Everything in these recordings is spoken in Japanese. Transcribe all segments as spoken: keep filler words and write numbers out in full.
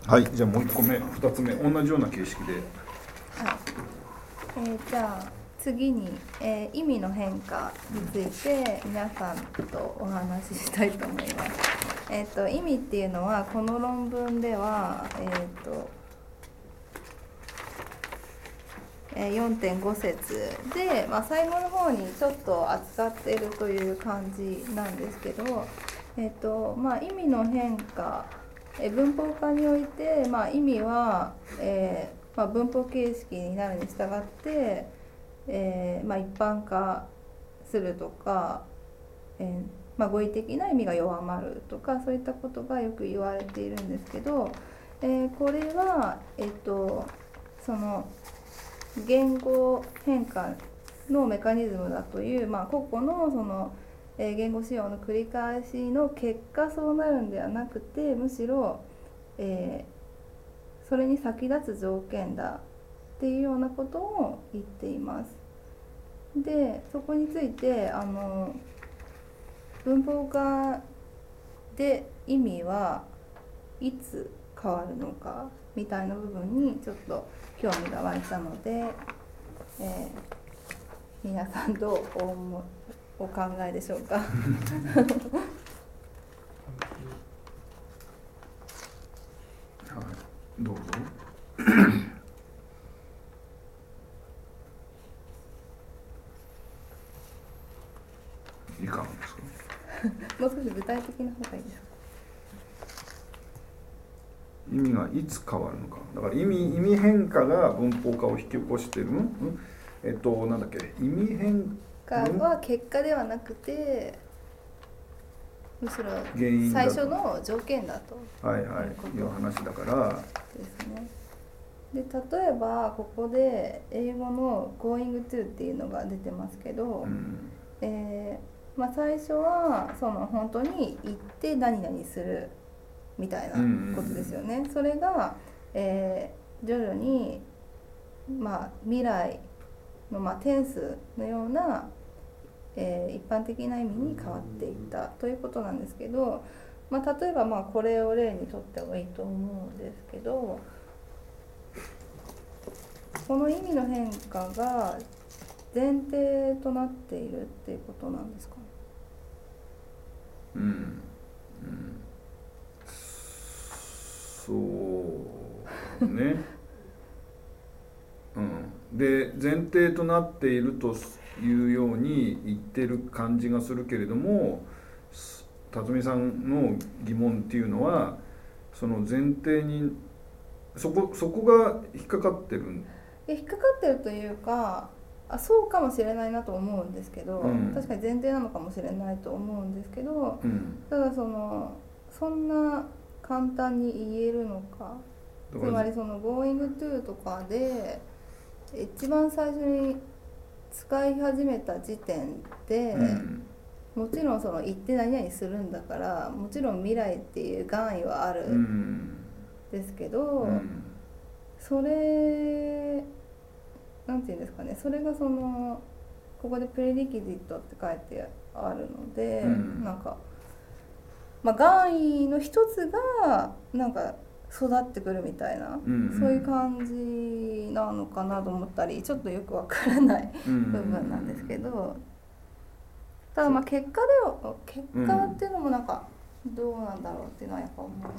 はい、じゃあもういっこめ、ふたつめ、同じような形式で。 はい。えー、じゃあ次に、えー、意味の変化について皆さんとお話ししたいと思います。えー、と意味っていうのはこの論文では、えーとえー、よんてんご 節で、まあ、最後の方にちょっと扱っているという感じなんですけど、えーとまあ、意味の変化、えー、文法化において、まあ、意味は、えーまあ、文法形式になるに従って、えーまあ、一般化するとか、えーまあ、語彙的な意味が弱まるとかそういったことがよく言われているんですけど、えー、これは、えっと、その言語変化のメカニズムだという、まあ、個々のその、えー、言語使用の繰り返しの結果そうなるんではなくてむしろ、えー、それに先立つ条件だっていうようなことを言っています。でそこについてあの文法化で意味はいつ変わるのかみたいな部分にちょっと興味が湧いたので、えー、皆さんどうお思お考えでしょうか。はい、 どうぞ。いかがですか。 もう少し具体的な方がいいですか。 意味がいつ変わるのか。だから意味意味変化が文法化を引き起こしてる。うん、えっとなんだっけ。意味変化は結果ではなくて、むしろ最初の条件だと。 はいはい。いう話だからですね。で例えばここで英語の going to っていうのが出てますけど、うん、えー、まあ、最初はその本当に行って何々するみたいなことですよね。うんうん、それが、えー、徐々に、まあ、未来の、まあ、テンスのような、えー、一般的な意味に変わっていったということなんですけど、まあ、例えばまあこれを例にとってもいいと思うんですけど、この意味の変化が前提となっているっていうことなんですかね。 うん、うん、そうね。うん、で前提となっているというように言ってる感じがするけれども、辰巳さんの疑問っていうのはその前提にそこそこが引っかかってるん。 引っかかってるというか、あ、そうかもしれないなと思うんですけど、うん、確かに前提なのかもしれないと思うんですけど、うん、ただそのそんな簡単に言えるのか、つまりその going to とかで一番最初に使い始めた時点で、うん、もちろんその言って何々するんだからもちろん未来っていう願意はあるんですけど、うん、それなんていうんですかね、それがそのここでプレリキジットって書いてあるので、うん、なんか、まあ、願意の一つがなんか育ってくるみたいな、うんうん、そういう感じなのかなと思ったり、ちょっとよくわからない部分なんですけど、ただまあ結果では結果っていうのもなんかどうなんだろうっていうのはやっぱ思います。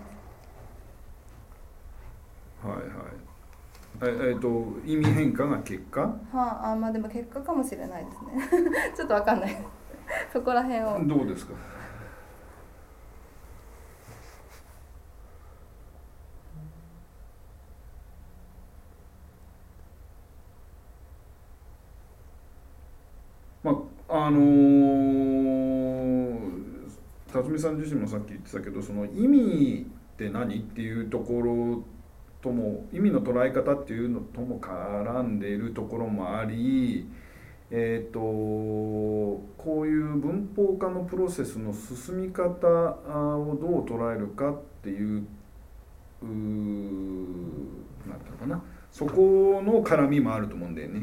はいはい。えっと意味変化が結果？はあ、あ、まあでも結果かもしれないですね。ちょっとわかんないそこら辺を。 どうですか？まああのー、辰巳さん自身もさっき言ってたけど、その意味って何っていうところとも意味の捉え方っていうのとも絡んでいるところもあり、えーと、こういう文法化のプロセスの進み方をどう捉えるかっていう、うーなんていうのかな、そこの絡みもあると思うんだよね。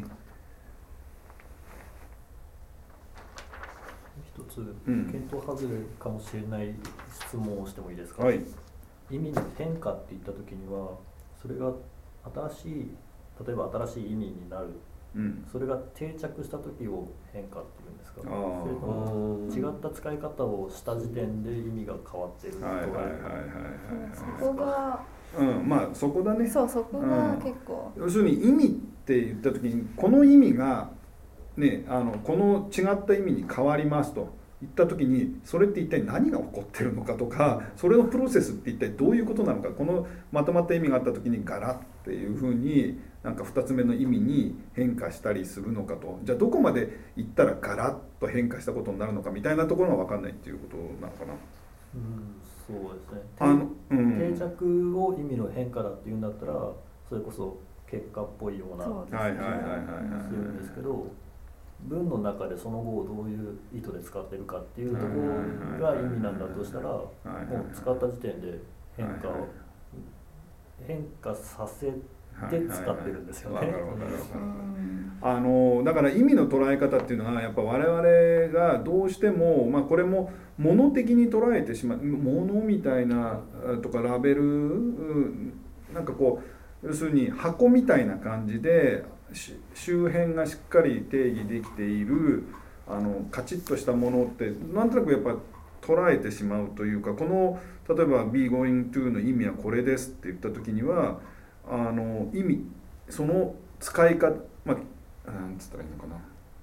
一つ、うん、検討外れかもしれない質問をしてもいいですか。 はい。 意味の変化っていった時にはそれが新しい例えば新しい意味になる、うん、それが定着した時を変化っていうんですか、それとも違った使い方をした時点で意味が変わってるとか、 そこがうんまあそこだね。 そうそこが結構、 うん、要するに意味って言った時にこの意味がねあのこの違った意味に変わりますと言った時にそれって一体何が起こってるのかとか、それのプロセスって一体どういうことなのか、このまとまった意味があった時にガラッっていうふうになんかふたつめの意味に変化したりするのかと、じゃあどこまでいったらガラッと変化したことになるのかみたいなところが分かんないっていうことなのかな。 うん、そうですね。 あの、うん、 定着を意味の変化だっていうんだったらそれこそ結果っぽいような気がするんですけど、文の中でその後をどういう意図で使ってるかっていうところが意味なんだとしたら、もう使った時点で変化を変化させて使ってるんですよね。 あのだから意味の捉え方っていうのはやっぱ我々がどうしても、まあ、これも物的に捉えてしまう、物みたいなとかラベルなんかこう要するに箱みたいな感じで周辺がしっかり定義できているあのカチッとしたものってなんとなくやっぱ捉えてしまうというか、この例えば be going to の意味はこれですって言った時にはあの意味その使い方、まあなんつったらいいのかな、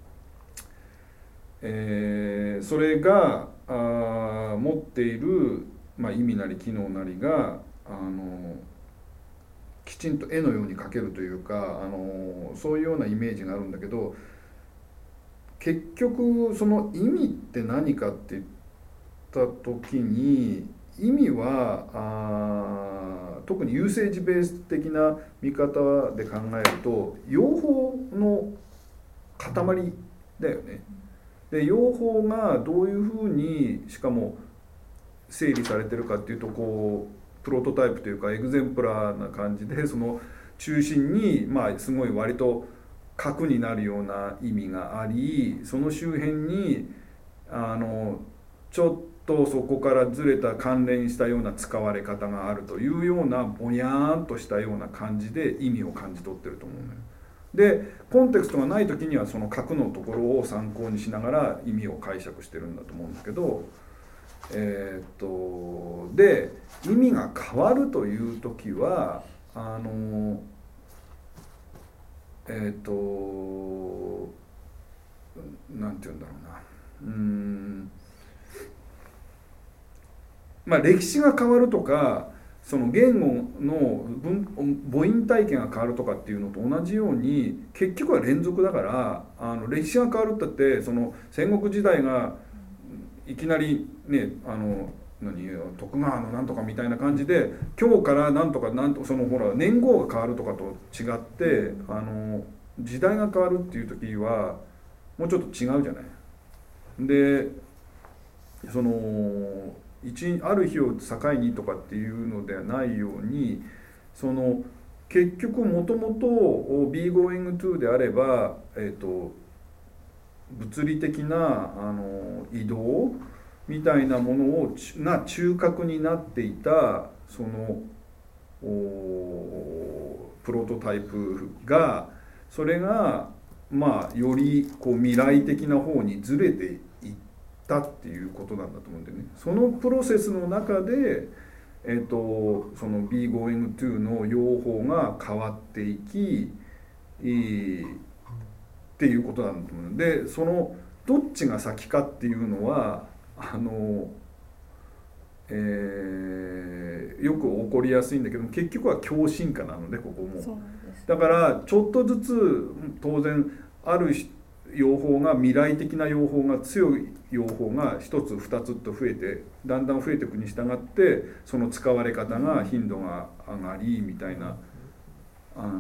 えー、それがあ持っている、まあ、意味なり機能なりがあのきちんと絵のように描けるというか、あのそういうようなイメージがあるんだけど、結局その意味って何かって言った時に意味はあ特にユーセージベース的な見方で考えると用法の塊だよね。で用法がどういうふうにしかも整理されてるかっていうとこうプロトタイプというかエグゼンプラーな感じでその中心にまあすごい割と核になるような意味があり、その周辺にあのちょっとそこからずれた関連したような使われ方があるというようなぼやーんとしたような感じで意味を感じ取ってると思うのよ。でコンテクストがない時にはその核のところを参考にしながら意味を解釈してるんだと思うんだけど、えー、っとで意味が変わるという時はあのえー、っとなんて言うんだろうな、うーんまあ歴史が変わるとかその言語の母音体系が変わるとかっていうのと同じように結局は連続だから、あの歴史が変わるったってその戦国時代がいきなりねあの何徳川のなんとかみたいな感じで今日からなんとかなんとそのほら年号が変わるとかと違ってあの時代が変わるっていう時はもうちょっと違うじゃない。でその一ある日を境にとかっていうのではないように、その結局もともと be going to であれば、えーと、物理的なあの移動みたいなものをが中核になっていたそのプロトタイプがそれがまあよりこう未来的な方にずれていったっていうことなんだと思うんだよね。そのプロセスの中で、えーと、その be going to の用法が変わっていき、えー、っていうことなんだと思う。でそのどっちが先かっていうのはあの、えー、よく起こりやすいんだけど結局は共進化なのでここも。 そうですね、 だからちょっとずつ当然ある用法が未来的な用法が強い用法が一つ二つと増えてだんだん増えていくに従ってその使われ方が頻度が上がりみたいな、あの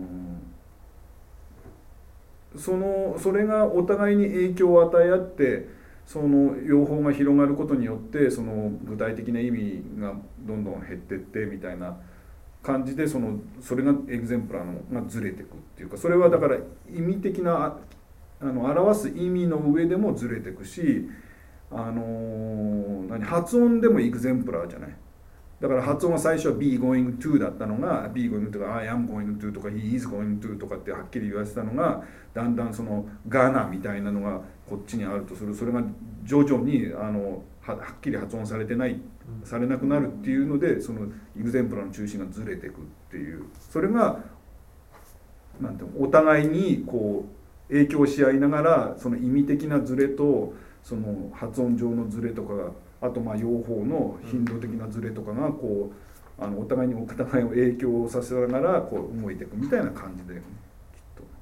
ー、そのそれがお互いに影響を与え合ってその用法が広がることによってその具体的な意味がどんどん減ってってみたいな感じでそのそれがエグゼンプラーのがずれていくっていうか、それはだから意味的なあの表す意味の上でもずれていくし、あのー、何発音でもエグゼンプラーじゃない。 だから発音は最初は be going to だったのが be going to とか I am going to とか he is going to とかってはっきり言わせたのがだんだんその gonna みたいなのがこっちにあるとする。それが徐々にあの は, はっきり発音されてないされなくなるっていうのでそのエグゼンプラーの中心がずれていくっていうそれがなんていうのお互いにこう影響し合いながらその意味的なズレとその発音上のズレとかがあとまあ用法の頻度的なズレとかがこうあのお互いにお互いを影響させながらこう動いていくみたいな感じで、ね、きっと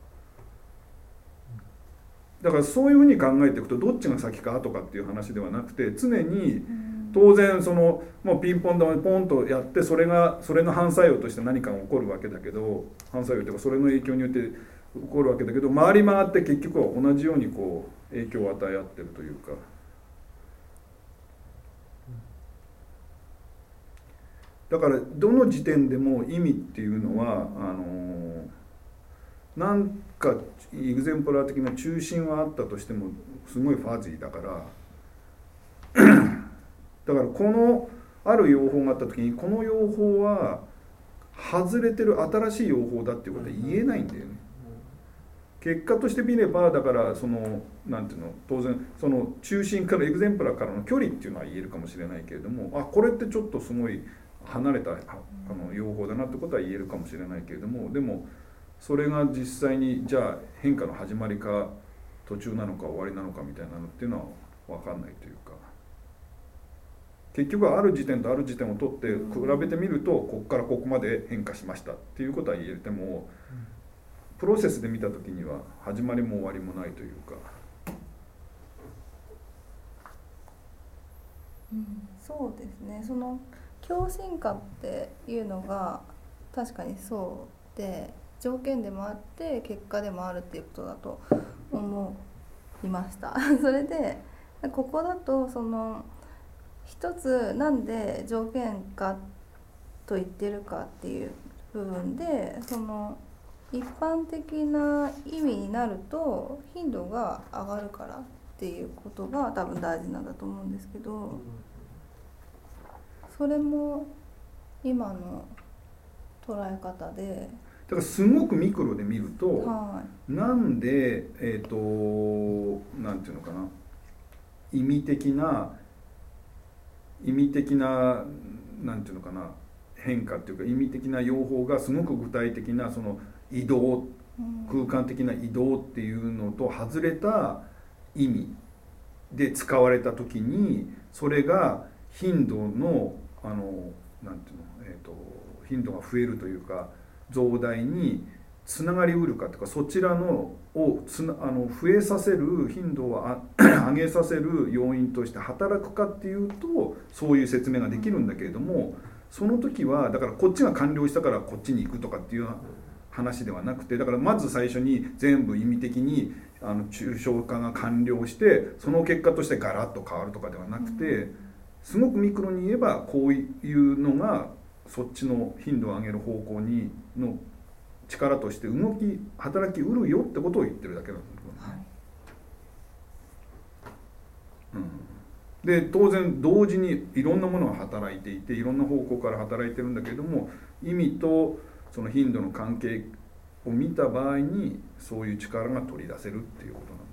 だからそういうふうに考えていくとどっちが先か後かっていう話ではなくて常に当然そのもうピンポン玉でポンとやってそれがそれの反作用として何かが起こるわけだけど反作用というかそれの影響によって起こるわけだけど回り回って結局は同じようにこう影響を与え合ってるというか。だからどの時点でも意味っていうのはあのなんかエグゼンプラー的な中心はあったとしてもすごいファジーだからだからこのある用法があった時にこの用法は外れてる新しい用法だっていうことは言えないんだよね。結果として見ればだからそのなんていうの当然その中心からエグゼンプラーからの距離っていうのは言えるかもしれないけれどもあこれってちょっとすごい離れたあの用法だなってことは言えるかもしれないけれどもでもそれが実際にじゃあ変化の始まりか途中なのか終わりなのかみたいなのっていうのは分かんないというか結局はある時点とある時点を取って比べてみるとここからここまで変化しましたっていうことは言えてもプロセスで見た時には始まりも終わりもないというか。 うん、そうですねその共振化っていうのが確かにそうで条件でもあって結果でもあるっていうことだと思いましたそれでここだとその一つなんで条件化と言ってるかっていう部分でその一般的な意味になると頻度が上がるからっていうことが多分大事なんだと思うんですけどそれも今の捉え方でだからすごくミクロで見ると、 はい、 なんでえっとなんていうのかな意味的な意味的ななんていうのかな変化っていうか意味的な用法がすごく具体的なその移動空間的な移動っていうのと外れた意味で使われた時にそれが頻度のあのなんていうの、えーと、頻度が増えるというか増大につながりうるかとかそちらのをつなあの増えさせる頻度を上げさせる要因として働くかっていうとそういう説明ができるんだけれどもその時はだからこっちが完了したからこっちに行くとかっていう話ではなくてだからまず最初に全部意味的にあの抽象化が完了してその結果としてガラッと変わるとかではなくてすごくミクロに言えばこういうのがそっちの頻度を上げる方向にの力として動き働きうるよってことを言ってるだけなんだけど、はいうん、で当然同時にいろんなものが働いていていろんな方向から働いてるんだけれども意味とその頻度の関係を見た場合にそういう力が取り出せるっていうことなん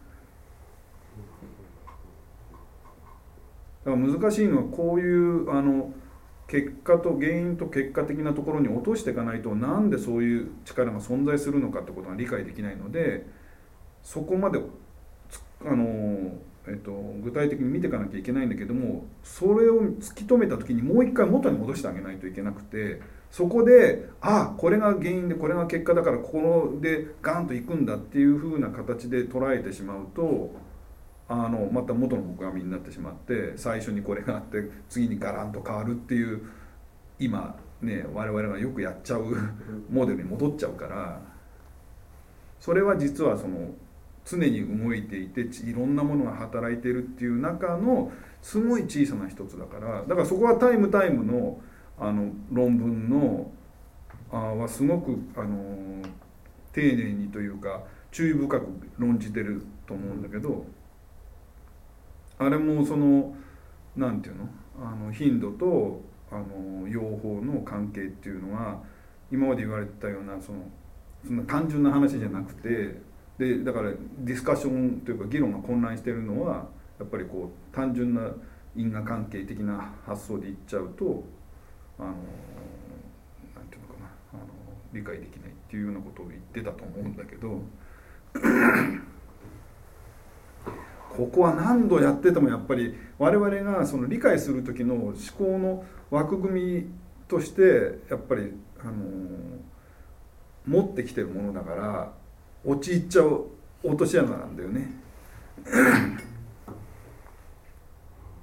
だと思う。だから難しいのはこういうあの結果と原因と結果的なところに落としていかないとなんでそういう力が存在するのかってことが理解できないのでそこまであの、えっと、具体的に見ていかなきゃいけないんだけどもそれを突き止めた時にもう一回元に戻してあげないといけなくてそこであこれが原因でこれが結果だからここでガンといくんだっていう風な形で捉えてしまうとあのまた元の僕がみになってしまって最初にこれがあって次にガランと変わるっていう今ね我々がよくやっちゃうモデルに戻っちゃうからそれは実はその常に動いていていろんなものが働いているっていう中のすごい小さな一つだからだからそこはタイムタイムのあの論文のあはすごくあの丁寧にというか注意深く論じてると思うんだけどあれもそのなんていうのあの頻度とああの用法の関係っていうのは今まで言われてたようなそのそんな単純な話じゃなくて、でだからディスカッションというか議論が混乱しているのはやっぱりこう単純な因果関係的な発想で言っちゃうとあのなんていうのかなあの理解できないっていうようなことを言ってたと思うんだけどここは何度やっててもやっぱり我々がその理解する時の思考の枠組みとしてやっぱりあの持ってきてるものだから陥っちゃう落とし穴なんだよね。